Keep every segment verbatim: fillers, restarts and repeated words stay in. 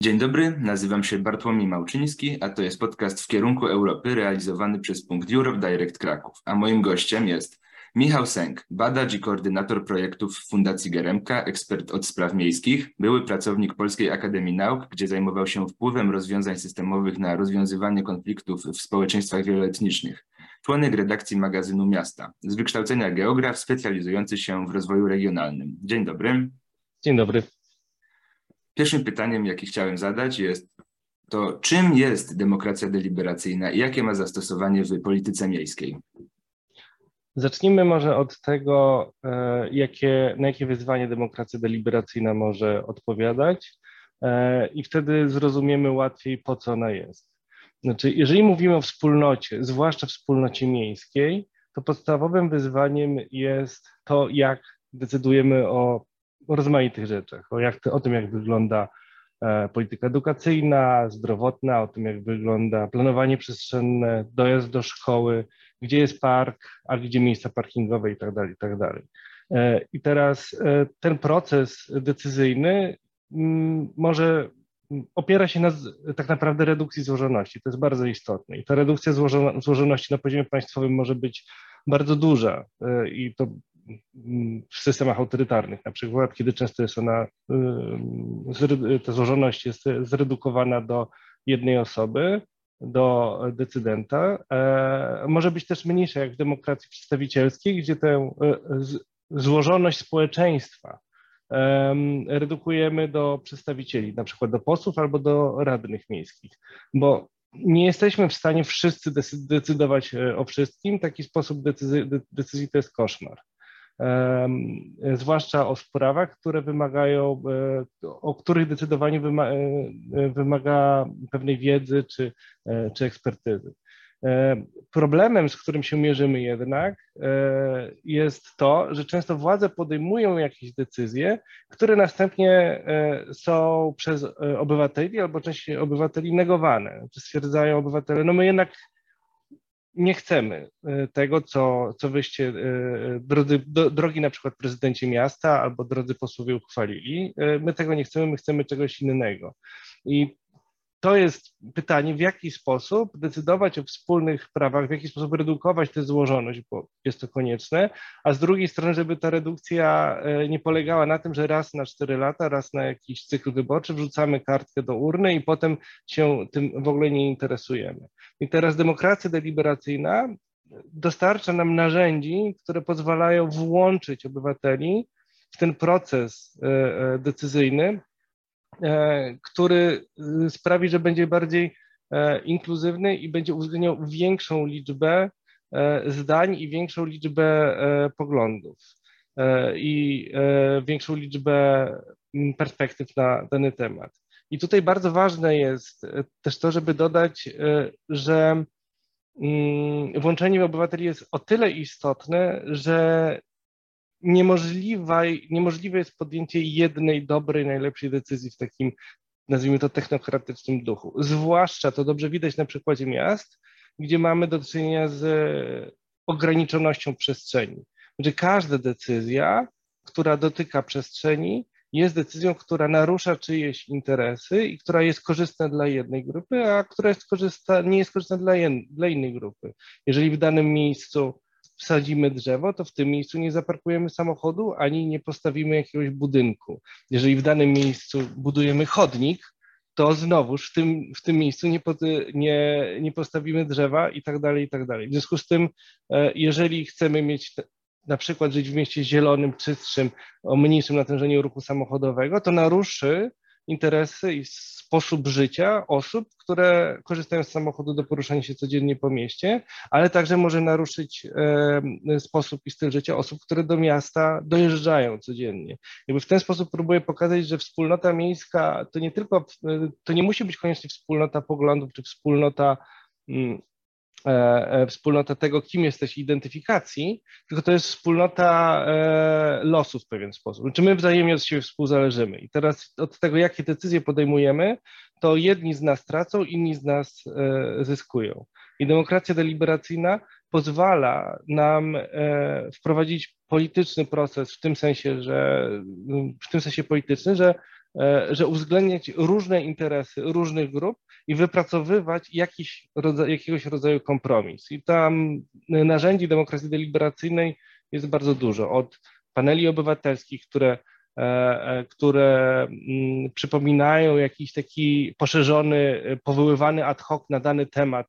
Dzień dobry, nazywam się Bartłomiej Małczyński, a to jest podcast W kierunku Europy realizowany przez Punkt Europe Direct Kraków. A moim gościem jest Michał Sęk, badacz i koordynator projektów w Fundacji Geremka, ekspert od spraw miejskich, były pracownik Polskiej Akademii Nauk, gdzie zajmował się wpływem rozwiązań systemowych na rozwiązywanie konfliktów w społeczeństwach wieloetnicznych. Członek redakcji magazynu Miasta, z wykształcenia geograf specjalizujący się w rozwoju regionalnym. Dzień dobry. Dzień dobry. Pierwszym pytaniem, jakie chciałem zadać, jest to, czym jest demokracja deliberacyjna i jakie ma zastosowanie w polityce miejskiej? Zacznijmy może od tego, jakie, na jakie wyzwanie demokracja deliberacyjna może odpowiadać i wtedy zrozumiemy łatwiej, po co ona jest. Znaczy, jeżeli mówimy o wspólnocie, zwłaszcza wspólnocie miejskiej, to podstawowym wyzwaniem jest to, jak decydujemy o o rozmaitych rzeczach, o, jak, o tym, jak wygląda e, polityka edukacyjna, zdrowotna, o tym, jak wygląda planowanie przestrzenne, dojazd do szkoły, gdzie jest park, a gdzie miejsca parkingowe i tak dalej, i tak dalej. E, I teraz e, ten proces decyzyjny m, może opiera się na z, tak naprawdę redukcji złożoności. To jest bardzo istotne. I ta redukcja złożona, złożoności na poziomie państwowym może być bardzo duża e, i to w systemach autorytarnych, na przykład, kiedy często jest ona, ta złożoność jest zredukowana do jednej osoby, do decydenta. Może być też mniejsza, jak w demokracji przedstawicielskiej, gdzie tę złożoność społeczeństwa redukujemy do przedstawicieli, na przykład do posłów albo do radnych miejskich, bo nie jesteśmy w stanie wszyscy decydować o wszystkim. Taki sposób decyzji, decyzji to jest koszmar. Zwłaszcza o sprawach, które wymagają, o których decydowanie wymaga, wymaga pewnej wiedzy czy, czy ekspertyzy. Problemem, z którym się mierzymy jednak, jest to, że często władze podejmują jakieś decyzje, które następnie są przez obywateli albo część obywateli negowane. Stwierdzają obywatele, no my jednak nie chcemy tego, co, co wyście, drodzy, drogi na przykład prezydencie miasta albo drodzy posłowie uchwalili. My tego nie chcemy, my chcemy czegoś innego. I to jest pytanie, w jaki sposób decydować o wspólnych prawach, w jaki sposób redukować tę złożoność, bo jest to konieczne, a z drugiej strony, żeby ta redukcja nie polegała na tym, że raz na cztery lata, raz na jakiś cykl wyborczy wrzucamy kartkę do urny i potem się tym w ogóle nie interesujemy. I teraz demokracja deliberacyjna dostarcza nam narzędzi, które pozwalają włączyć obywateli w ten proces decyzyjny, który sprawi, że będzie bardziej inkluzywny i będzie uwzględniał większą liczbę zdań i większą liczbę poglądów i większą liczbę perspektyw na dany temat. I tutaj bardzo ważne jest też to, żeby dodać, że włączenie obywateli jest o tyle istotne, że Niemożliwe, niemożliwe jest podjęcie jednej dobrej, najlepszej decyzji w takim, nazwijmy to, technokratycznym duchu. Zwłaszcza to dobrze widać na przykładzie miast, gdzie mamy do czynienia z ograniczonością przestrzeni. Że każda decyzja, która dotyka przestrzeni, jest decyzją, która narusza czyjeś interesy i która jest korzystna dla jednej grupy, a która jest korzysta, nie jest korzystna dla, jed, dla innej grupy. Jeżeli w danym miejscu wsadzimy drzewo, to w tym miejscu nie zaparkujemy samochodu, ani nie postawimy jakiegoś budynku. Jeżeli w danym miejscu budujemy chodnik, to znowuż w tym, w tym miejscu nie, pod, nie, nie postawimy drzewa i tak dalej, i tak dalej. W związku z tym, jeżeli chcemy mieć na przykład żyć w mieście zielonym, czystszym, o mniejszym natężeniu ruchu samochodowego, to naruszy interesy i sposób życia osób, które korzystają z samochodu do poruszania się codziennie po mieście, ale także może naruszyć e, sposób i styl życia osób, które do miasta dojeżdżają codziennie. Jakby w ten sposób próbuję pokazać, że wspólnota miejska to nie tylko, to nie musi być koniecznie wspólnota poglądów czy wspólnota mm, wspólnota tego, kim jesteś, identyfikacji, tylko to jest wspólnota losów w pewien sposób. Czy my wzajemnie od siebie współzależymy. I teraz od tego, jakie decyzje podejmujemy, to jedni z nas tracą, inni z nas zyskują. I demokracja deliberacyjna pozwala nam wprowadzić polityczny proces w tym sensie, że w tym sensie polityczny, że że uwzględniać różne interesy różnych grup i wypracowywać jakiś rodzaj, jakiegoś rodzaju kompromis. I tam narzędzi demokracji deliberacyjnej jest bardzo dużo, od paneli obywatelskich, które, które przypominają jakiś taki poszerzony, powoływany ad hoc na dany temat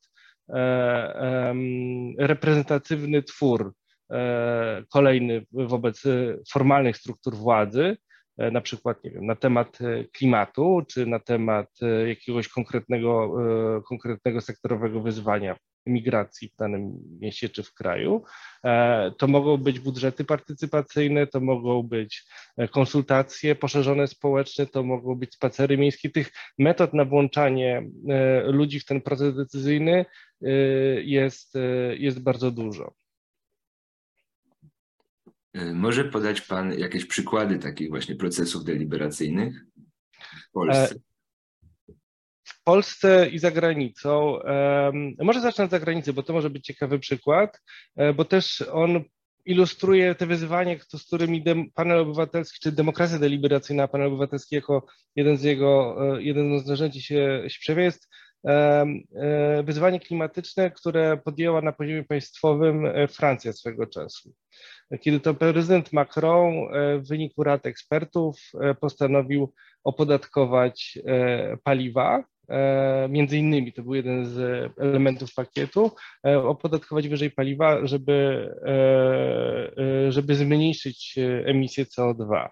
reprezentatywny twór kolejny wobec formalnych struktur władzy, na przykład, nie wiem, na temat klimatu, czy na temat jakiegoś konkretnego, konkretnego sektorowego wyzwania migracji w danym mieście czy w kraju. To mogą być budżety partycypacyjne, to mogą być konsultacje poszerzone społeczne, to mogą być spacery miejskie. Tych metod na włączanie ludzi w ten proces decyzyjny jest, jest bardzo dużo. Może podać Pan jakieś przykłady takich właśnie procesów deliberacyjnych w Polsce? W Polsce i za granicą. Może zacznę od zagranicy, bo to może być ciekawy przykład, bo też on ilustruje te wyzwania, z którymi panel obywatelski, czy demokracja deliberacyjna, panel obywatelski jako jeden z jego, jeden z narzędzi się, się przejawia, jest wyzwanie klimatyczne, które podjęła na poziomie państwowym Francja swego czasu. Kiedy to prezydent Macron w wyniku rad ekspertów postanowił opodatkować paliwa, między innymi, to był jeden z elementów pakietu, opodatkować wyżej paliwa, żeby, żeby zmniejszyć emisję C O dwa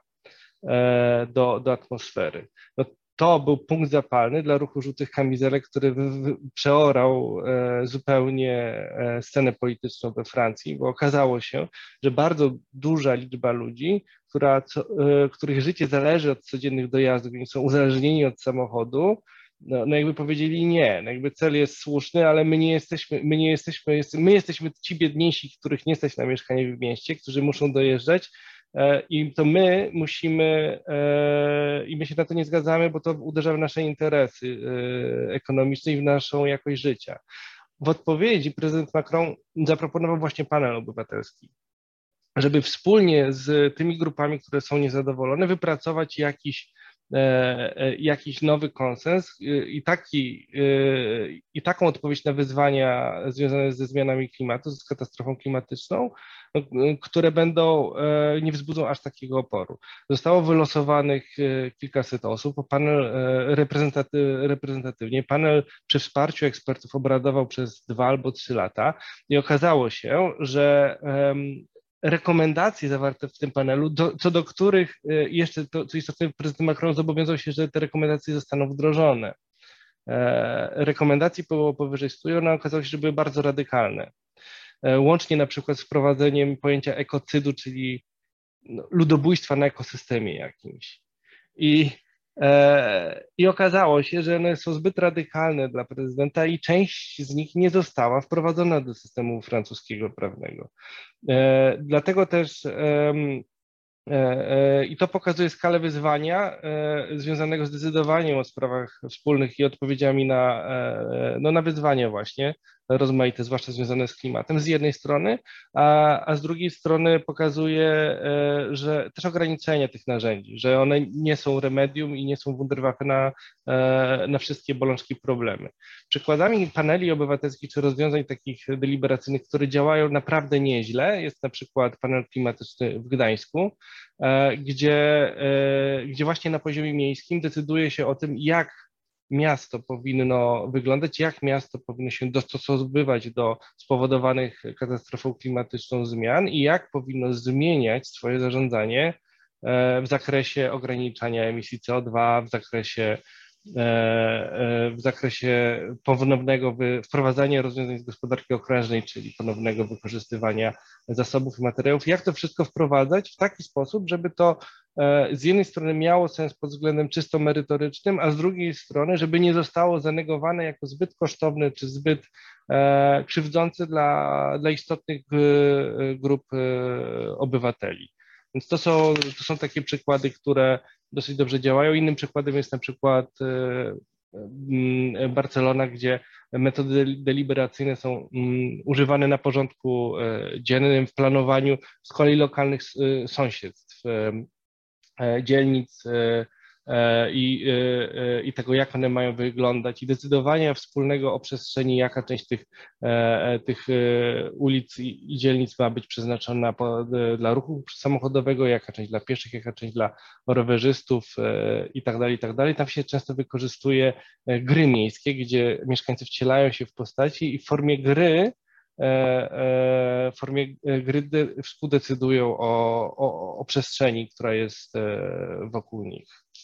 do, do atmosfery. No, to był punkt zapalny dla ruchu żółtych kamizelek, który przeorał zupełnie scenę polityczną we Francji, bo okazało się, że bardzo duża liczba ludzi, która, których życie zależy od codziennych dojazdów, oni są uzależnieni od samochodu, no, no jakby powiedzieli nie, no jakby cel jest słuszny, ale my nie jesteśmy, my nie jesteśmy, my jesteśmy ci biedniejsi, których nie stać na mieszkanie w mieście, którzy muszą dojeżdżać, i to my musimy, i my się na to nie zgadzamy, bo to uderza w nasze interesy ekonomiczne i w naszą jakość życia. W odpowiedzi prezydent Macron zaproponował właśnie panel obywatelski, żeby wspólnie z tymi grupami, które są niezadowolone, wypracować jakiś, jakiś nowy konsens i, taki, i taką odpowiedź na wyzwania związane ze zmianami klimatu, z katastrofą klimatyczną, które będą, nie wzbudzą aż takiego oporu. Zostało wylosowanych kilkaset osób, panel reprezentaty, reprezentatywnie, panel przy wsparciu ekspertów obradował przez dwa albo trzy lata i okazało się, że rekomendacje zawarte w tym panelu, do, co do których jeszcze, to, co istotne, prezydent Macron zobowiązał się, że te rekomendacje zostaną wdrożone. Rekomendacji było powyżej stu, one okazało się, że były bardzo radykalne. Łącznie na przykład z wprowadzeniem pojęcia ekocydu, czyli no, ludobójstwa na ekosystemie jakimś. I, e, I okazało się, że one są zbyt radykalne dla prezydenta i część z nich nie została wprowadzona do systemu francuskiego prawnego. E, dlatego też e, e, i to pokazuje skalę wyzwania e, związanego z decydowaniem o sprawach wspólnych i odpowiedziami na, e, no, na wyzwania właśnie rozmaite, zwłaszcza związane z klimatem z jednej strony, a, a z drugiej strony pokazuje, e, że też ograniczenie tych narzędzi, że one nie są remedium i nie są wunderwaffe na, e, na wszystkie bolączki problemy. Przykładami paneli obywatelskich czy rozwiązań takich deliberacyjnych, które działają naprawdę nieźle, jest na przykład panel klimatyczny w Gdańsku, e, gdzie, e, gdzie właśnie na poziomie miejskim decyduje się o tym, jak miasto powinno wyglądać, jak miasto powinno się dostosowywać do spowodowanych katastrofą klimatyczną zmian i jak powinno zmieniać swoje zarządzanie w zakresie ograniczania emisji C O dwa, w zakresie, w zakresie ponownego wprowadzania rozwiązań z gospodarki okrężnej, czyli ponownego wykorzystywania zasobów i materiałów. Jak to wszystko wprowadzać w taki sposób, żeby to z jednej strony miało sens pod względem czysto merytorycznym, a z drugiej strony, żeby nie zostało zanegowane jako zbyt kosztowne czy zbyt e, krzywdzące dla, dla istotnych grup obywateli. Więc to są, to są takie przykłady, które dosyć dobrze działają. Innym przykładem jest na przykład Barcelona, gdzie metody deliberacyjne są używane na porządku dziennym w planowaniu z kolei lokalnych sąsiedztw, dzielnic i, i tego, jak one mają wyglądać i decydowania wspólnego o przestrzeni, jaka część tych, tych ulic i dzielnic ma być przeznaczona dla ruchu samochodowego, jaka część dla pieszych, jaka część dla rowerzystów i tak dalej, i tak dalej. Tam się często wykorzystuje gry miejskie, gdzie mieszkańcy wcielają się w postaci i w formie gry w formie gry współdecydują o, o, o przestrzeni, która jest wokół nich.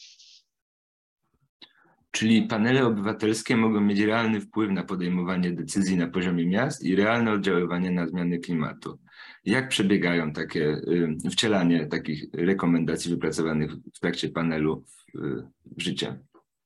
Czyli panele obywatelskie mogą mieć realny wpływ na podejmowanie decyzji na poziomie miast i realne oddziaływanie na zmiany klimatu. Jak przebiegają takie wcielanie takich rekomendacji wypracowanych w trakcie panelu w, w życie?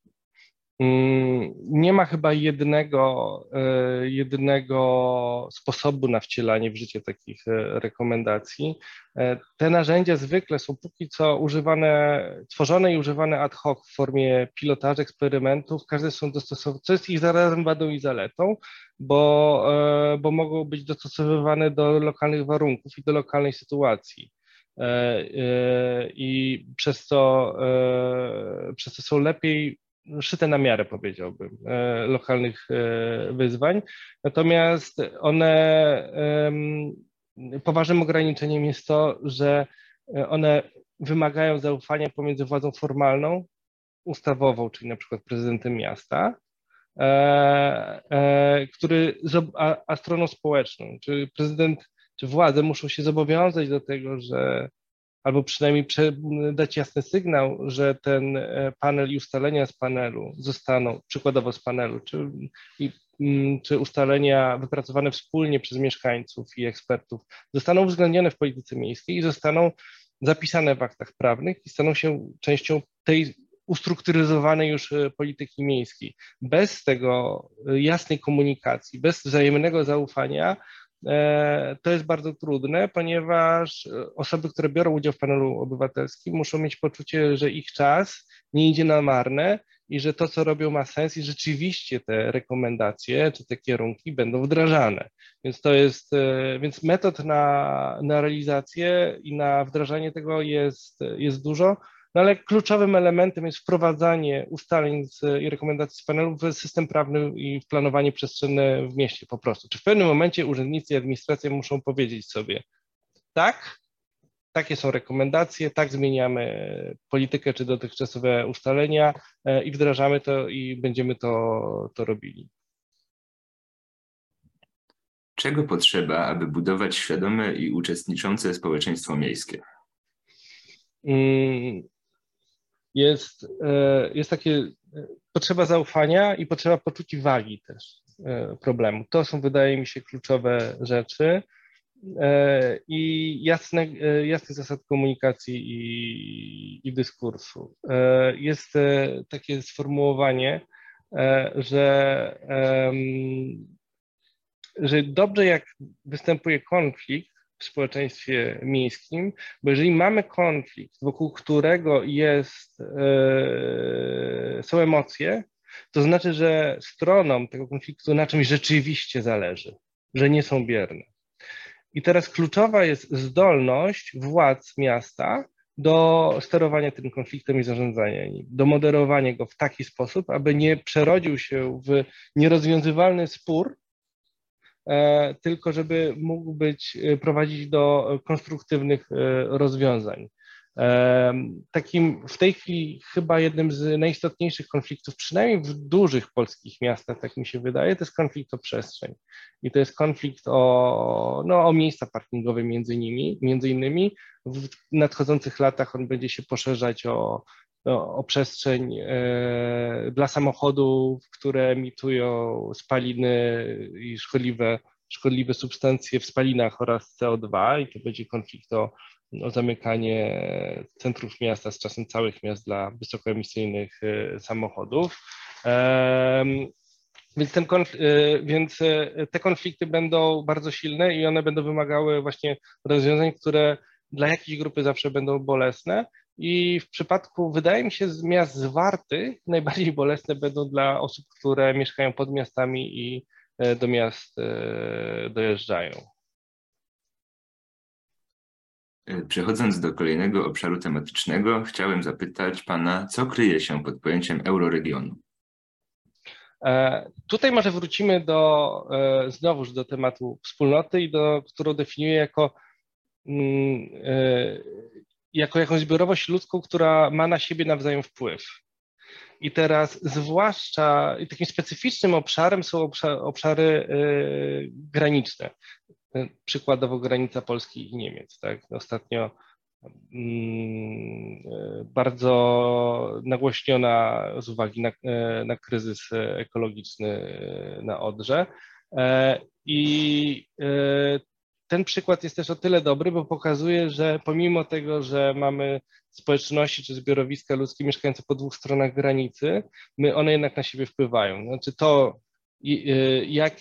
Nie ma chyba jednego, jednego sposobu na wcielanie w życie takich rekomendacji. Te narzędzia zwykle są póki co używane, tworzone i używane ad hoc w formie pilotaży, eksperymentów. Każde są dostosowane, co jest ich zarazem wadą i zaletą, bo, bo mogą być dostosowywane do lokalnych warunków i do lokalnej sytuacji. I przez to, przez to są lepiej szyte na miarę, powiedziałbym, lokalnych wyzwań. Natomiast one, poważnym ograniczeniem jest to, że one wymagają zaufania pomiędzy władzą formalną, ustawową, czyli na przykład prezydentem miasta, który, a, a stroną społeczną, czy prezydent, czy władze muszą się zobowiązać do tego, że albo przynajmniej dać jasny sygnał, że ten panel i ustalenia z panelu zostaną, przykładowo z panelu, czy, i, czy ustalenia wypracowane wspólnie przez mieszkańców i ekspertów zostaną uwzględnione w polityce miejskiej i zostaną zapisane w aktach prawnych i staną się częścią tej ustrukturyzowanej już polityki miejskiej. Bez tego jasnej komunikacji, bez wzajemnego zaufania to jest bardzo trudne, ponieważ osoby, które biorą udział w panelu obywatelskim, muszą mieć poczucie, że ich czas nie idzie na marne i że to, co robią, ma sens i rzeczywiście te rekomendacje czy te kierunki będą wdrażane. Więc to jest, więc metod na, na realizację i na wdrażanie tego jest, jest dużo. No ale kluczowym elementem jest wprowadzanie ustaleń z, i rekomendacji z panelu w system prawny i w planowanie przestrzenne w mieście po prostu. Czy w pewnym momencie urzędnicy i administracja muszą powiedzieć sobie, tak, takie są rekomendacje, tak zmieniamy politykę czy dotychczasowe ustalenia i wdrażamy to i będziemy to, to robili. Czego potrzeba, aby budować świadome i uczestniczące społeczeństwo miejskie? Hmm. Jest, jest takie potrzeba zaufania i potrzeba poczucia wagi też problemu. To są, wydaje mi się, kluczowe rzeczy i jasne, jasny zasad komunikacji i, i dyskursu. Jest takie sformułowanie, że, że dobrze jak występuje konflikt w społeczeństwie miejskim, bo jeżeli mamy konflikt, wokół którego jest, e, są emocje, to znaczy, że stronom tego konfliktu na czymś rzeczywiście zależy, że nie są bierne. I teraz kluczowa jest zdolność władz miasta do sterowania tym konfliktem i zarządzania nim, do moderowania go w taki sposób, aby nie przerodził się w nierozwiązywalny spór, tylko żeby mógł być, prowadzić do konstruktywnych rozwiązań. Takim w tej chwili chyba jednym z najistotniejszych konfliktów, przynajmniej w dużych polskich miastach, tak mi się wydaje, to jest konflikt o przestrzeń. I to jest konflikt o, no, o miejsca parkingowe między nimi, między innymi. W nadchodzących latach on będzie się poszerzać o O, o przestrzeń e, dla samochodów, które emitują spaliny i szkodliwe, szkodliwe substancje w spalinach oraz C O dwa i to będzie konflikt o, o zamykanie centrów miasta, z czasem całych miast dla wysokoemisyjnych e, samochodów. E, więc, ten konf, e, więc te konflikty będą bardzo silne i one będą wymagały właśnie rozwiązań, które dla jakiejś grupy zawsze będą bolesne. I w przypadku, wydaje mi się, z miast zwartych najbardziej bolesne będą dla osób, które mieszkają pod miastami i do miast dojeżdżają. Przechodząc do kolejnego obszaru tematycznego, chciałem zapytać pana, co kryje się pod pojęciem euroregionu? Tutaj może wrócimy do, znowuż do tematu wspólnoty, i do, którą definiuję jako, jako jakąś zbiorowość ludzką, która ma na siebie nawzajem wpływ. I teraz zwłaszcza i takim specyficznym obszarem są obszary, obszary graniczne. Przykładowo granica Polski i Niemiec. Tak? Ostatnio bardzo nagłośniona z uwagi na, na kryzys ekologiczny na Odrze. I ten przykład jest też o tyle dobry, bo pokazuje, że pomimo tego, że mamy społeczności czy zbiorowiska ludzkie mieszkające po dwóch stronach granicy, my one jednak na siebie wpływają. Znaczy to, jak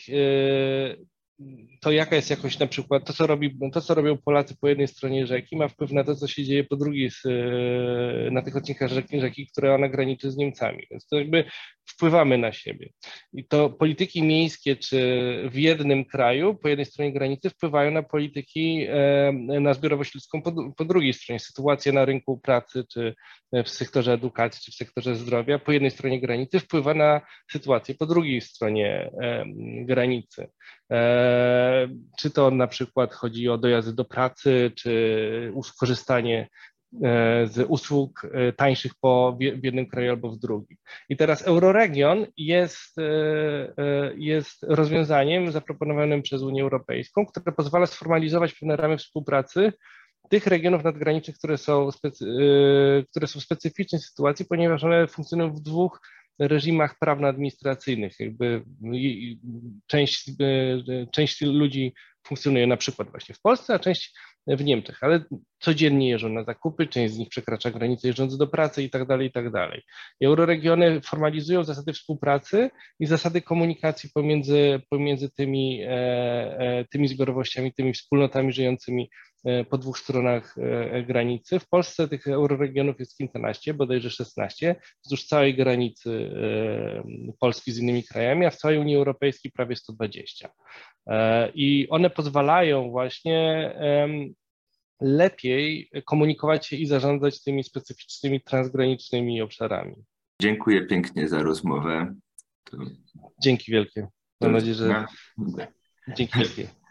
to jaka jest jakoś na przykład, to co, robi, to co robią Polacy po jednej stronie rzeki, ma wpływ na to, co się dzieje po drugiej, na tych odcinkach rzeki, rzeki, które ona graniczy z Niemcami, więc to jakby wpływamy na siebie. I to polityki miejskie czy w jednym kraju, po jednej stronie granicy wpływają na polityki, na zbiorowość ludzką po, po drugiej stronie. Sytuacja na rynku pracy, czy w sektorze edukacji, czy w sektorze zdrowia po jednej stronie granicy wpływa na sytuację po drugiej stronie granicy. Czy to na przykład chodzi o dojazdy do pracy, czy korzystanie z usług tańszych po, w jednym kraju albo w drugim. I teraz euroregion jest, jest rozwiązaniem zaproponowanym przez Unię Europejską, które pozwala sformalizować pewne ramy współpracy tych regionów nadgranicznych, które są, specy, które są w specyficznej sytuacji, ponieważ one funkcjonują w dwóch reżimach prawno-administracyjnych. Jakby część, część ludzi funkcjonuje na przykład właśnie w Polsce, a część w Niemczech, ale codziennie jeżdżą na zakupy, część z nich przekracza granicę jeżdżąc do pracy i tak dalej, i tak dalej. Euroregiony formalizują zasady współpracy i zasady komunikacji pomiędzy, pomiędzy tymi, tymi zbiorowościami, tymi wspólnotami żyjącymi po dwóch stronach granicy. W Polsce tych euroregionów jest kilkanaście, bodajże szesnaście, wzdłuż całej granicy Polski z innymi krajami, a w całej Unii Europejskiej prawie sto dwadzieścia. I one pozwalają właśnie lepiej komunikować się i zarządzać tymi specyficznymi transgranicznymi obszarami. Dziękuję pięknie za rozmowę. To... Dzięki wielkie. Mam nadzieję, że... Dzięki wielkie.